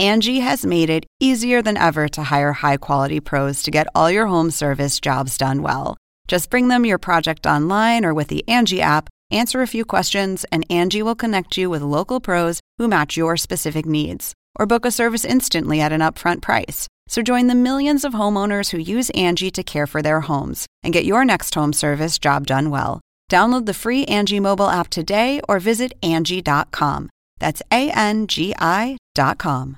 Angie has made it easier than ever to hire high-quality pros to get all your home service jobs done well. Just bring them your project online or with the Angie app, answer a few questions, and Angie will connect you with local pros who match your specific needs. Or book a service instantly at an upfront price. So join the millions of homeowners who use Angie to care for their homes and get your next home service job done well. Download the free Angie mobile app today or visit Angie.com. That's ANGI.com.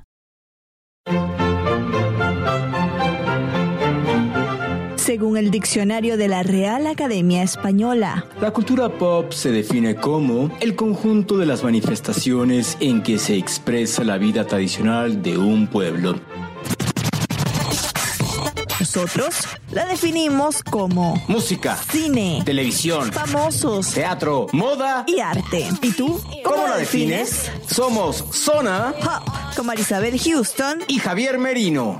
Según el diccionario de la Real Academia Española, la cultura pop se define como el conjunto de las manifestaciones en que se expresa la vida tradicional de un pueblo. Nosotros la definimos como música, cine, televisión, famosos, teatro, moda y arte. ¿Y tú? ¿Cómo la defines? Somos Zona Pop con Marisabel Houston y Javier Merino.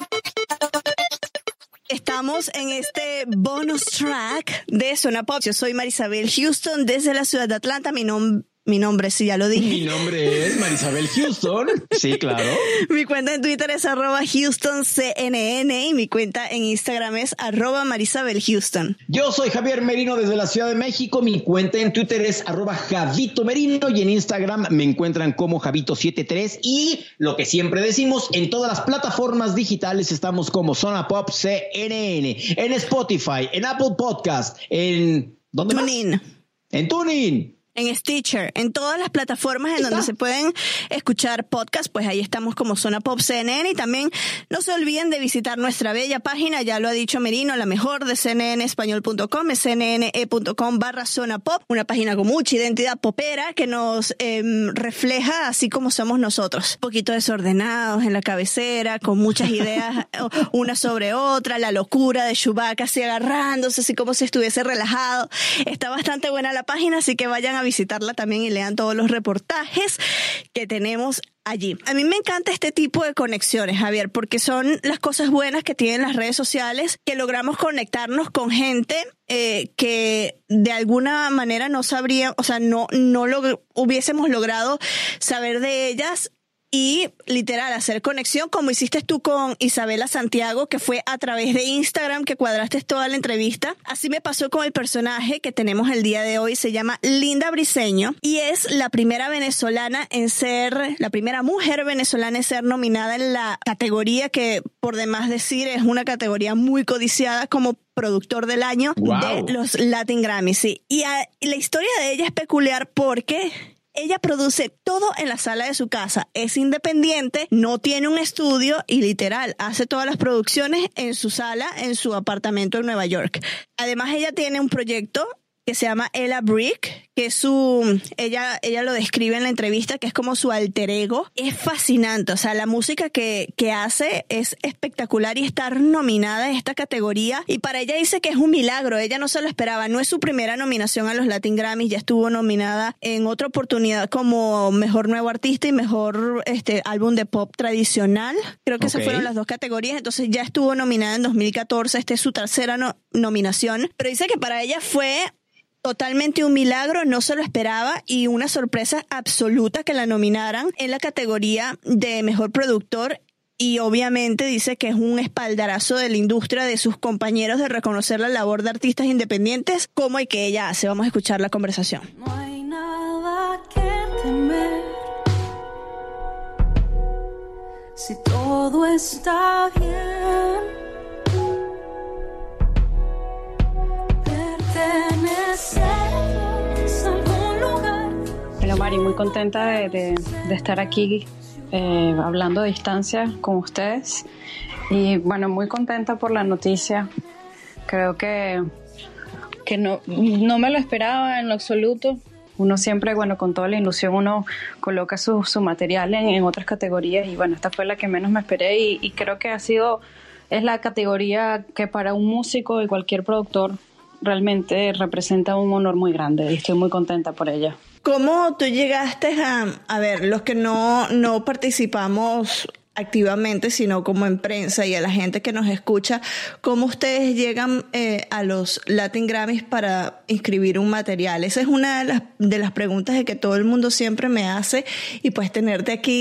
Estamos en este bonus track de Zona Pop. Yo soy Marisabel Houston desde la ciudad de Atlanta. Mi nombre, sí, ya lo dije. Mi nombre es Marisabel Houston. Sí, claro. Mi cuenta en Twitter es @HoustonCNN y mi cuenta en Instagram es @MarisabelHouston. Yo soy Javier Merino desde la Ciudad de México. Mi cuenta en Twitter es @JavitoMerino y en Instagram me encuentran como Javito73. Y lo que siempre decimos, en todas las plataformas digitales estamos como Zona Pop CNN, en Spotify, en Apple Podcast, en... ¿dónde TuneIn. más? En TuneIn. En Stitcher, en todas las plataformas en donde se pueden escuchar podcasts, pues ahí estamos como Zona Pop CNN. Y también no se olviden de visitar nuestra bella página, ya lo ha dicho Merino, la mejor de cnnespañol.com, es cnne.com/Zona Pop, una página con mucha identidad popera que nos refleja así como somos nosotros. Un poquito desordenados en la cabecera, con muchas ideas una sobre otra, la locura de Chewbacca así agarrándose, así como si estuviese relajado. Está bastante buena la página, así que vayan a visitarla también y lean todos los reportajes que tenemos allí. A mí me encanta este tipo de conexiones, Javier, porque son las cosas buenas que tienen las redes sociales, que logramos conectarnos con gente que de alguna manera no sabría, o sea, no hubiésemos logrado saber de ellas. Y literal, hacer conexión como hiciste tú con Isabela Santiago, que fue a través de Instagram que cuadraste toda la entrevista. Así me pasó con el personaje que tenemos el día de hoy. Se llama Linda Briceño y es la primera venezolana en ser, la primera mujer venezolana en ser nominada en la categoría que, por demás decir, es una categoría muy codiciada como productor del año de los Latin Grammys. Sí. Y la historia de ella es peculiar porque ella produce todo en la sala de su casa, es independiente, no tiene un estudio y literal hace todas las producciones en su sala, en su apartamento en Nueva York. Además, ella tiene un proyecto que se llama Ella Brick, que es ella lo describe en la entrevista, que es como su alter ego. Es fascinante, o sea, la música que hace es espectacular y estar nominada en esta categoría. Y para ella dice que es un milagro, ella no se lo esperaba. No es su primera nominación a los Latin Grammys, ya estuvo nominada en otra oportunidad como Mejor Nuevo Artista y Mejor Álbum de Pop Tradicional. Creo que esas fueron las dos categorías, entonces ya estuvo nominada en 2014, esta es su tercera nominación. Pero dice que para ella fue totalmente un milagro, no se lo esperaba y una sorpresa absoluta que la nominaran en la categoría de Mejor Productor. Y obviamente dice que es un espaldarazo de la industria, de sus compañeros, de reconocer la labor de artistas independientes como el que ella hace. Vamos a escuchar la conversación. No hay nada que temer si todo está bien. Bueno, Mari, muy contenta de estar aquí hablando a distancia con ustedes y bueno, muy contenta por la noticia. Creo que no me lo esperaba en lo absoluto. Uno siempre, bueno, con toda la ilusión uno coloca su material en otras categorías y bueno, esta fue la que menos me esperé y creo que es la categoría que para un músico y cualquier productor realmente representa un honor muy grande y estoy muy contenta por ella. ¿Cómo tú llegaste a ver, los que no participamos activamente, sino como en prensa y a la gente que nos escucha, cómo ustedes llegan a los Latin Grammys para inscribir un material? Esa es una de las preguntas de que todo el mundo siempre me hace y pues tenerte aquí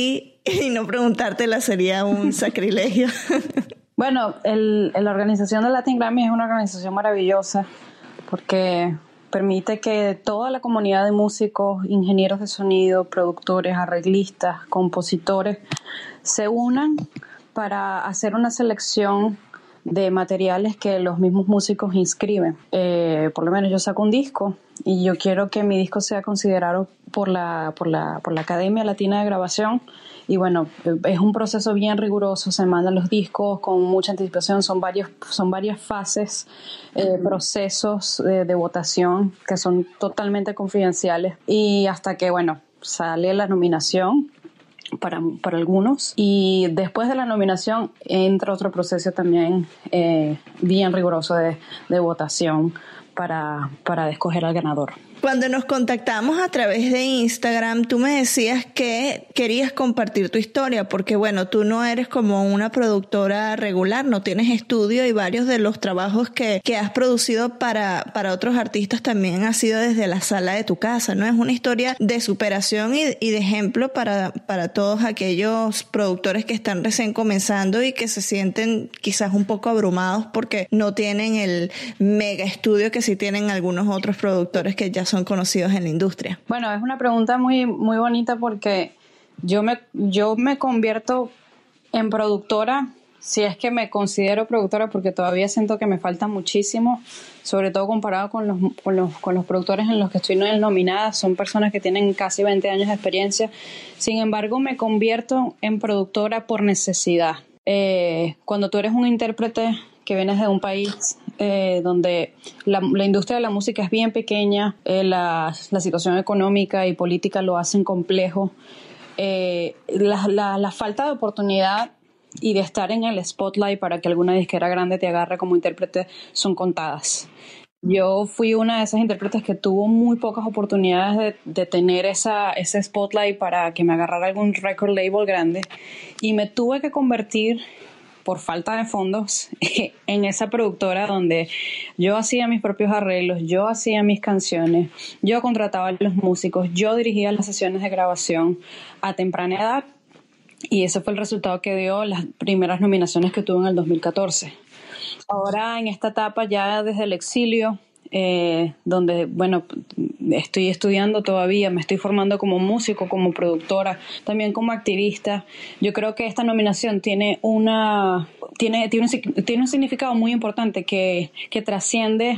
Y no preguntártela sería un sacrilegio. Bueno, la organización de Latin Grammy es una organización maravillosa porque permite que toda la comunidad de músicos, ingenieros de sonido, productores, arreglistas, compositores se unan para hacer una selección de materiales que los mismos músicos inscriben. Por lo menos yo saco un disco y yo quiero que mi disco sea considerado por la Academia Latina de Grabación, y bueno, es un proceso bien riguroso, se mandan los discos con mucha anticipación, son varias fases, procesos de votación que son totalmente confidenciales, y hasta que, bueno, sale la nominación para algunos, y después de la nominación entra otro proceso también bien riguroso de votación para escoger al ganador. Cuando nos contactamos a través de Instagram, tú me decías que querías compartir tu historia, porque bueno, tú no eres como una productora regular, no tienes estudio, y varios de los trabajos que has producido para otros artistas también ha sido desde la sala de tu casa, ¿no? Es una historia de superación y de ejemplo para todos aquellos productores que están recién comenzando y que se sienten quizás un poco abrumados porque no tienen el mega estudio que sí tienen algunos otros productores que ya son conocidos en la industria. Bueno, es una pregunta muy, muy bonita porque yo me convierto en productora, si es que me considero productora, porque todavía siento que me falta muchísimo, sobre todo comparado con los productores en los que estoy nominada. Son personas que tienen casi 20 años de experiencia. Sin embargo, me convierto en productora por necesidad. Cuando tú eres un intérprete que vienes de un país donde la industria de la música es bien pequeña, la situación económica y política lo hacen complejo, la falta de oportunidad y de estar en el spotlight para que alguna disquera grande te agarre como intérprete son contadas. Yo fui una de esas intérpretes que tuvo muy pocas oportunidades de tener ese spotlight para que me agarrara algún record label grande, y me tuve que convertir, por falta de fondos, en esa productora donde yo hacía mis propios arreglos, yo hacía mis canciones, yo contrataba a los músicos, yo dirigía las sesiones de grabación a temprana edad, y ese fue el resultado que dio las primeras nominaciones que tuve en el 2014. Ahora, en esta etapa ya desde el exilio, donde, bueno, estoy estudiando todavía, me estoy formando como músico, como productora, también como activista. Yo creo que esta nominación tiene un significado muy importante que trasciende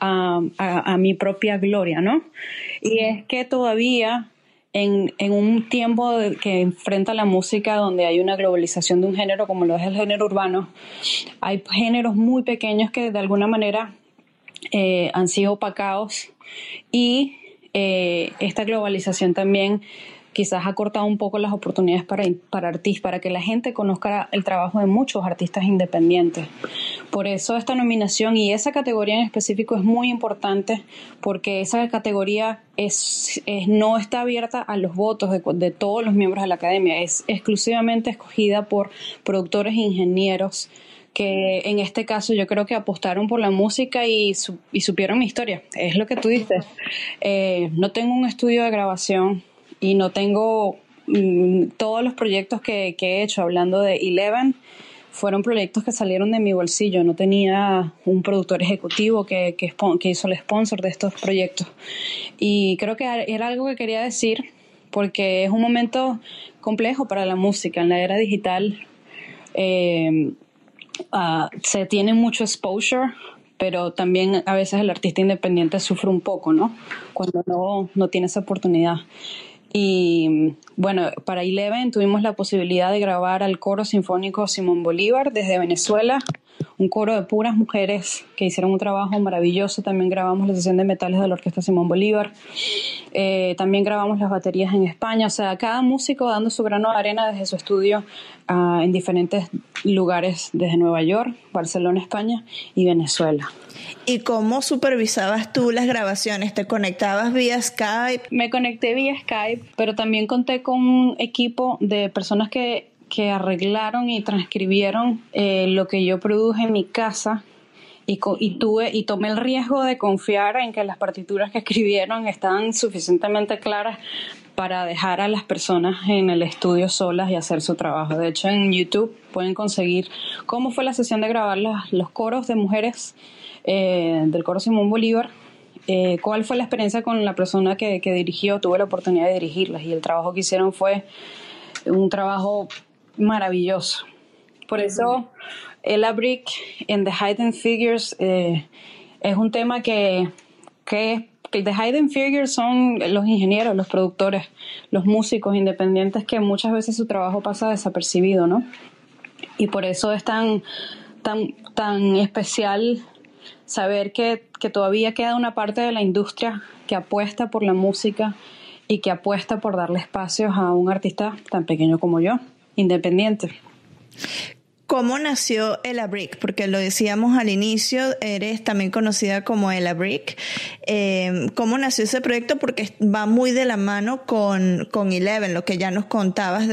a mi propia gloria, ¿no? Y es que todavía en un tiempo que enfrenta la música, donde hay una globalización de un género como lo es el género urbano, hay géneros muy pequeños que de alguna manera han sido opacados, y esta globalización también quizás ha cortado un poco las oportunidades para artistas, para que la gente conozca el trabajo de muchos artistas independientes. Por eso esta nominación y esa categoría en específico es muy importante, porque esa categoría no está abierta a los votos de todos los miembros de la academia, es exclusivamente escogida por productores e ingenieros que en este caso yo creo que apostaron por la música y supieron mi historia. Es lo que tú dices. No tengo un estudio de grabación y no tengo todos los proyectos que he hecho, hablando de Eleven, fueron proyectos que salieron de mi bolsillo. No tenía un productor ejecutivo que hizo el sponsor de estos proyectos. Y creo que era algo que quería decir, porque es un momento complejo para la música. En la era digital se tiene mucho exposure, pero también a veces el artista independiente sufre un poco, ¿no? Cuando no tiene esa oportunidad. Y bueno, para Eleven tuvimos la posibilidad de grabar al Coro Sinfónico Simón Bolívar desde Venezuela, un coro de puras mujeres que hicieron un trabajo maravilloso. También grabamos la sesión de metales de la Orquesta Simón Bolívar. También grabamos las baterías en España. O sea, cada músico dando su grano de arena desde su estudio en diferentes lugares, desde Nueva York, Barcelona, España y Venezuela. ¿Y cómo supervisabas tú las grabaciones? ¿Te conectabas vía Skype? Me conecté vía Skype, pero también conté con un equipo de personas que arreglaron y transcribieron lo que yo produje en mi casa y tomé el riesgo de confiar en que las partituras que escribieron estaban suficientemente claras para dejar a las personas en el estudio solas y hacer su trabajo. De hecho, en YouTube pueden conseguir cómo fue la sesión de grabar los coros de mujeres del coro Simón Bolívar, cuál fue la experiencia con la persona que dirigió. Tuve la oportunidad de dirigirlas y el trabajo que hicieron fue un trabajo maravilloso. Por eso Ella Brick en The Hidden Figures es un tema que The Hidden Figures son los ingenieros, los productores, los músicos independientes que muchas veces su trabajo pasa desapercibido, ¿no? Y por eso es tan especial saber que todavía queda una parte de la industria que apuesta por la música y que apuesta por darle espacios a un artista tan pequeño como yo, independiente. ¿Cómo nació Ella Brick? Porque lo decíamos al inicio, eres también conocida como Ella Brick. ¿Cómo nació ese proyecto? Porque va muy de la mano con Eleven, lo que ya nos contabas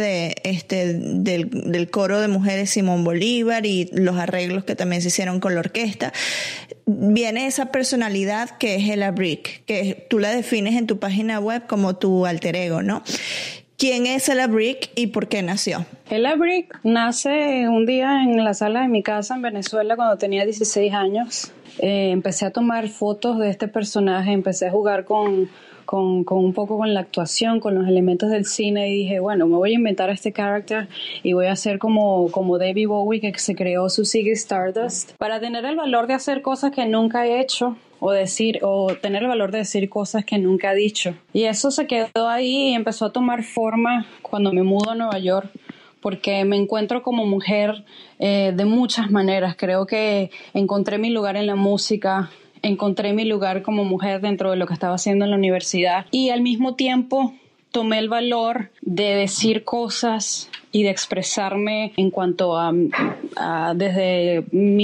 del coro de mujeres Simón Bolívar y los arreglos que también se hicieron con la orquesta. Viene esa personalidad que es Ella Brick, que tú la defines en tu página web como tu alter ego, ¿no? ¿Quién es Ella Brick y por qué nació? Ella Brick nace un día en la sala de mi casa en Venezuela cuando tenía 16 años. Empecé a tomar fotos de este personaje, empecé a jugar con un poco con la actuación, con los elementos del cine y dije, bueno, me voy a inventar este carácter y voy a hacer como David Bowie, que se creó su Ziggy Stardust, para tener el valor de hacer cosas que nunca he hecho o tener el valor de decir cosas que nunca he dicho. Y eso se quedó ahí y empezó a tomar forma cuando me mudo a Nueva York, porque me encuentro como mujer de muchas maneras. Creo que encontré mi lugar en la música, encontré mi lugar como mujer dentro de lo que estaba haciendo en la universidad y al mismo tiempo tomé el valor de decir cosas y de expresarme en cuanto a desde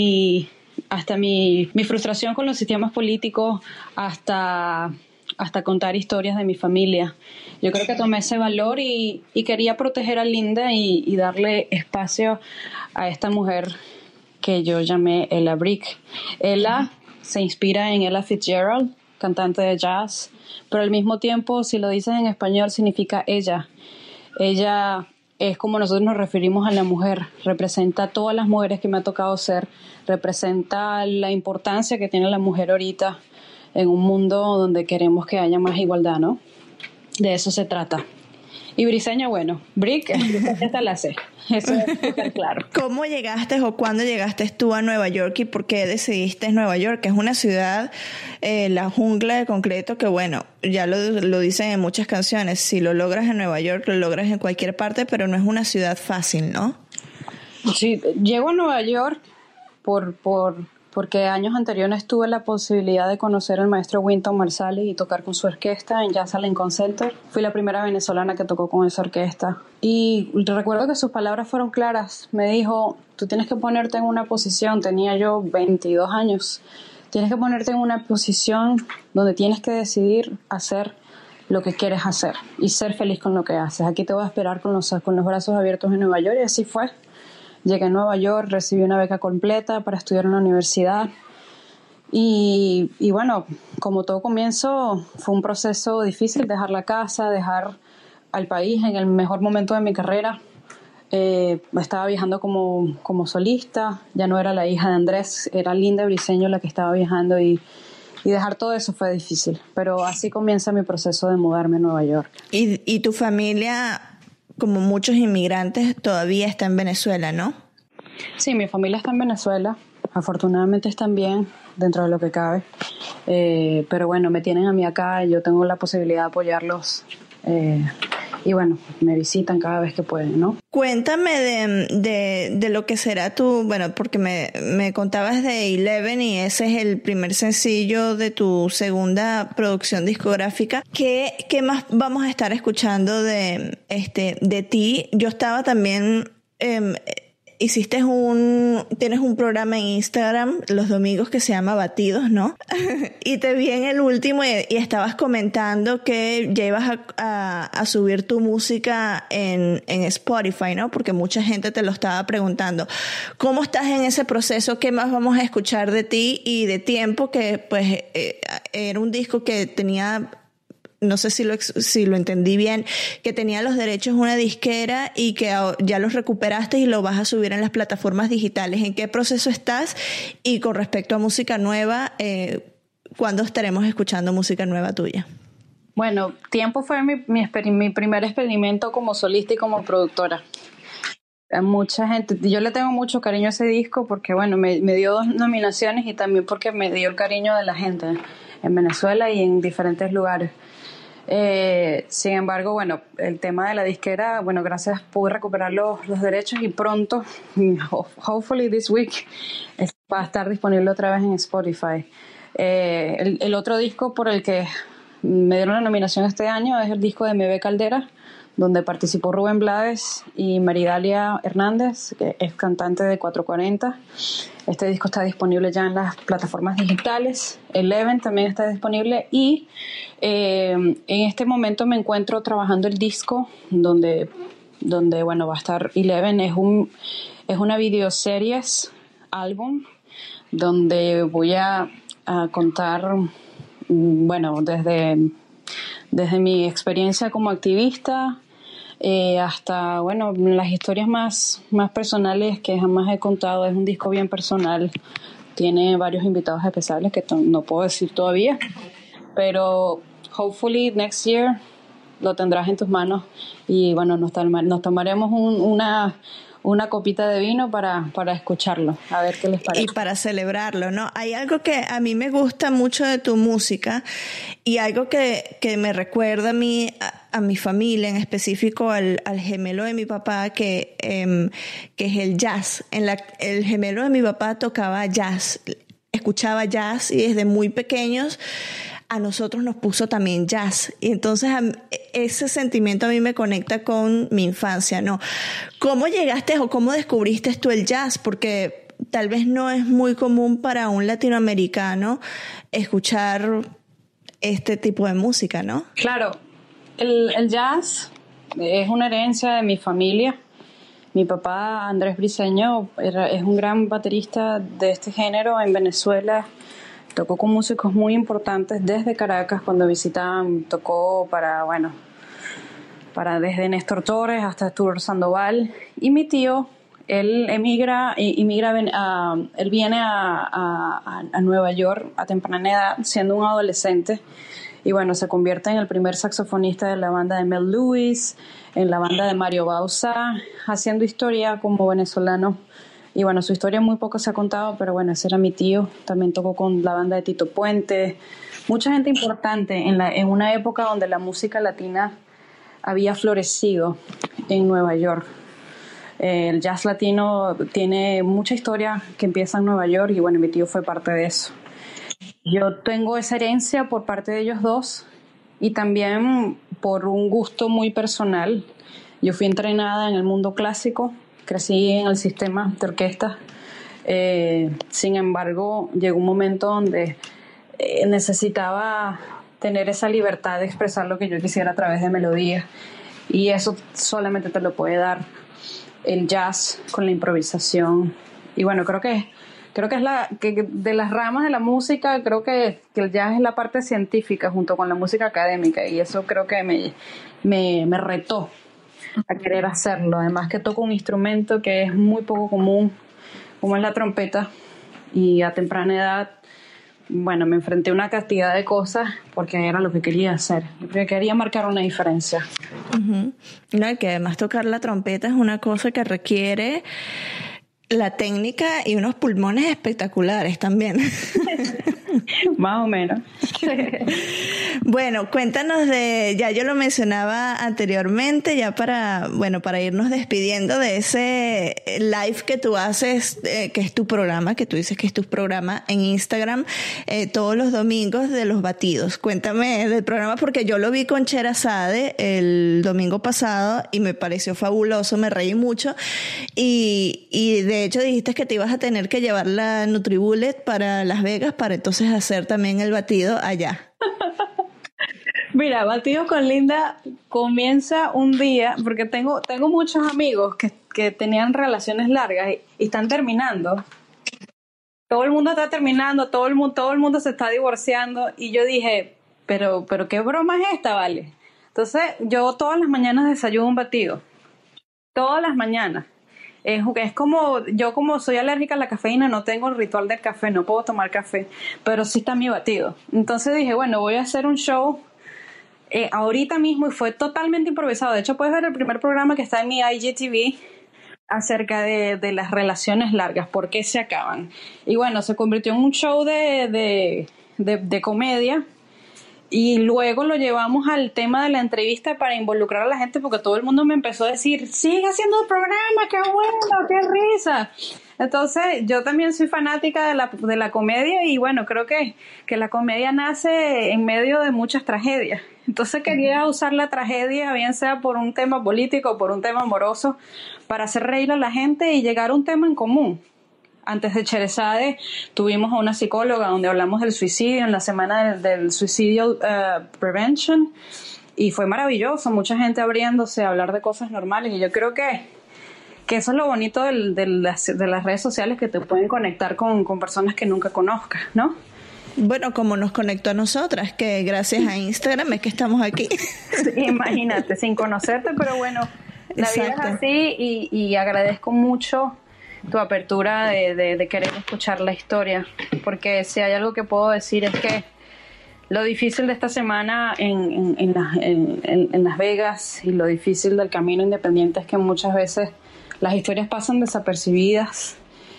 hasta mi frustración con los sistemas políticos hasta contar historias de mi familia. Yo creo que tomé ese valor y quería proteger a Linda y darle espacio a esta mujer que yo llamé Ella Brick. Ella se inspira en Ella Fitzgerald, cantante de jazz, pero al mismo tiempo, si lo dices en español, significa ella. Ella es como nosotros nos referimos a la mujer, representa a todas las mujeres que me ha tocado ser, representa la importancia que tiene la mujer ahorita en un mundo donde queremos que haya más igualdad, ¿no? De eso se trata. Y Briseña, bueno, Brick, esta la sé. Eso es súper claro. ¿Cómo llegaste o cuándo llegaste tú a Nueva York y por qué decidiste Nueva York? Que es una ciudad, la jungla de concreto, que bueno, ya lo dicen en muchas canciones. Si lo logras en Nueva York, lo logras en cualquier parte, pero no es una ciudad fácil, ¿no? Sí, llego a Nueva York porque años anteriores tuve la posibilidad de conocer al maestro Wynton Marsalis y tocar con su orquesta en Jazz at Lincoln Center. Fui la primera venezolana que tocó con esa orquesta. Y recuerdo que sus palabras fueron claras. Me dijo, tú tienes que ponerte en una posición, tenía yo 22 años, tienes que ponerte en una posición donde tienes que decidir hacer lo que quieres hacer y ser feliz con lo que haces. Aquí te voy a esperar con los brazos abiertos en Nueva York, y así fue. Llegué a Nueva York, recibí una beca completa para estudiar en la universidad y bueno, como todo comienzo, fue un proceso difícil, dejar la casa, dejar al país en el mejor momento de mi carrera. Estaba viajando como solista, ya no era la hija de Andrés, era Linda Briseño la que estaba viajando y dejar todo eso fue difícil, pero así comienza mi proceso de mudarme a Nueva York. ¿Y tu familia, como muchos inmigrantes, todavía está en Venezuela, no? Sí, mi familia está en Venezuela. Afortunadamente están bien dentro de lo que cabe. Pero bueno, me tienen a mí acá y yo tengo la posibilidad de apoyarlos. Y bueno, me visitan cada vez que pueden, ¿no? Cuéntame de lo que será bueno, porque me contabas de Eleven y ese es el primer sencillo de tu segunda producción discográfica. ¿Qué más vamos a estar escuchando de ti? Yo estaba también tienes un programa en Instagram los domingos que se llama Batidos, ¿no? Y te vi en el último y estabas comentando que ya ibas a subir tu música en Spotify, ¿no? Porque mucha gente te lo estaba preguntando. ¿Cómo estás en ese proceso? ¿Qué más vamos a escuchar de ti y de Tiempo? Que pues era un disco que tenía... No sé si lo entendí bien, que tenía los derechos de una disquera y que ya los recuperaste y lo vas a subir en las plataformas digitales. ¿En qué proceso estás? Y con respecto a música nueva, ¿cuándo estaremos escuchando música nueva tuya? Bueno, Tiempo fue mi primer experimento como solista y como productora. A mucha gente, yo le tengo mucho cariño a ese disco porque, bueno, me dio 2 nominaciones y también porque me dio el cariño de la gente en Venezuela y en diferentes lugares. Sin embargo, bueno, el tema de la disquera, bueno, gracias, pude recuperar los derechos y pronto, hopefully this week, va a estar disponible otra vez en Spotify. El otro disco por el que me dieron la nominación este año es el disco de M.B. Caldera, donde participó Rubén Blades y Maridalia Hernández, que es cantante de 440. Este disco está disponible ya en las plataformas digitales. Eleven también está disponible y en este momento me encuentro trabajando el disco donde bueno, va a estar Eleven. Es una videoseries álbum donde voy a contar, bueno, desde mi experiencia como activista hasta, bueno, las historias más personales que jamás he contado. Es un disco bien personal, tiene varios invitados especiales que no puedo decir todavía, pero hopefully next year lo tendrás en tus manos y bueno, nos tomaremos una copita de vino para escucharlo, a ver qué les parece. Y para celebrarlo, ¿no? Hay algo que a mí me gusta mucho de tu música y algo que me recuerda a mi familia, en específico al gemelo de mi papá, que es el jazz. El gemelo de mi papá tocaba jazz, escuchaba jazz y desde muy pequeños a nosotros nos puso también jazz. Y entonces ese sentimiento a mí me conecta con mi infancia, ¿no? ¿Cómo llegaste o cómo descubriste tú el jazz? Porque tal vez no es muy común para un latinoamericano escuchar este tipo de música, ¿no? Claro, el jazz es una herencia de mi familia. Mi papá, Andrés Briceño, es un gran baterista de este género en Venezuela. Tocó con músicos muy importantes desde Caracas cuando visitaban. Tocó para desde Néstor Torres hasta Arturo Sandoval. Y mi tío, él él viene a Nueva York a temprana edad, siendo un adolescente. Y bueno, se convierte en el primer saxofonista de la banda de Mel Lewis, en la banda de Mario Bauza, haciendo historia como venezolano. Y bueno, su historia muy poco se ha contado, pero bueno, ese era mi tío. También tocó con la banda de Tito Puente. Mucha gente importante en una época donde la música latina había florecido en Nueva York. El jazz latino tiene mucha historia que empieza en Nueva York y bueno, mi tío fue parte de eso. Yo tengo esa herencia por parte de ellos dos y también por un gusto muy personal. Yo fui entrenada en el mundo clásico. Crecí en el sistema de orquesta, sin embargo llegó un momento donde necesitaba tener esa libertad de expresar lo que yo quisiera a través de melodías y eso solamente te lo puede dar el jazz con la improvisación. Y bueno, creo que es de las ramas de la música, creo que el jazz es la parte científica junto con la música académica y eso creo que me retó a querer hacerlo. Además que toco un instrumento que es muy poco común, como es la trompeta, y a temprana edad, bueno, me enfrenté a una cantidad de cosas porque era lo que quería hacer. Yo quería marcar una diferencia. Uh-huh. No, y que además tocar la trompeta es una cosa que requiere la técnica y unos pulmones espectaculares también. Más o menos. Bueno, cuéntanos ya yo lo mencionaba anteriormente, ya para irnos despidiendo de ese live que tú haces, que es tu programa, que tú dices que es tu programa en Instagram, todos los domingos de los batidos. Cuéntame del programa porque yo lo vi con Sherazade el domingo pasado y me pareció fabuloso, me reí mucho y de hecho dijiste que te ibas a tener que llevar la NutriBullet para Las Vegas para entonces hacer también el batido allá. Mira, Batidos con Linda comienza un día, porque tengo muchos amigos que tenían relaciones largas y están terminando. Todo el mundo está terminando, todo el mundo se está divorciando y yo dije, pero qué broma es esta, ¿vale? Entonces yo todas las mañanas desayuno un batido. Todas las mañanas. Es como, yo como soy alérgica a la cafeína, no tengo el ritual del café, no puedo tomar café, pero sí está mi batido. Entonces dije, bueno, voy a hacer un show ahorita mismo y fue totalmente improvisado. De hecho, puedes ver el primer programa que está en mi IGTV acerca de las relaciones largas, por qué se acaban. Y bueno, se convirtió en un show de comedia. Y luego lo llevamos al tema de la entrevista para involucrar a la gente porque todo el mundo me empezó a decir, sigue haciendo el programa, qué bueno, qué risa. Entonces yo también soy fanática de la comedia y bueno, creo que la comedia nace en medio de muchas tragedias. Entonces quería usar la tragedia, bien sea por un tema político o por un tema amoroso, para hacer reír a la gente y llegar a un tema en común. Antes de Sherazade tuvimos a una psicóloga donde hablamos del suicidio en la semana del suicidio prevention y fue maravilloso, mucha gente abriéndose a hablar de cosas normales y yo creo que eso es lo bonito de las redes sociales, que te pueden conectar con personas que nunca conozcas, ¿no? Bueno, como nos conectó a nosotras, que gracias a Instagram es que estamos aquí. Sí, imagínate, sin conocerte, pero bueno, la vida es así y agradezco mucho tu apertura de querer escuchar la historia, porque si hay algo que puedo decir es que lo difícil de esta semana en Las Vegas y lo difícil del camino independiente es que muchas veces las historias pasan desapercibidas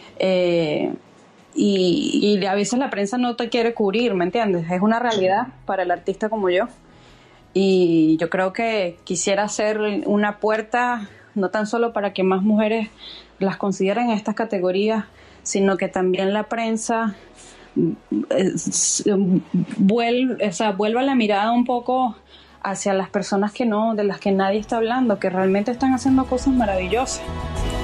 y a veces la prensa no te quiere cubrir, ¿me entiendes? Es una realidad para el artista como yo y yo creo que quisiera hacer una puerta no tan solo para que más mujeres las consideren en estas categorías, sino que también la prensa vuelva la mirada un poco hacia las personas de las que nadie está hablando, que realmente están haciendo cosas maravillosas.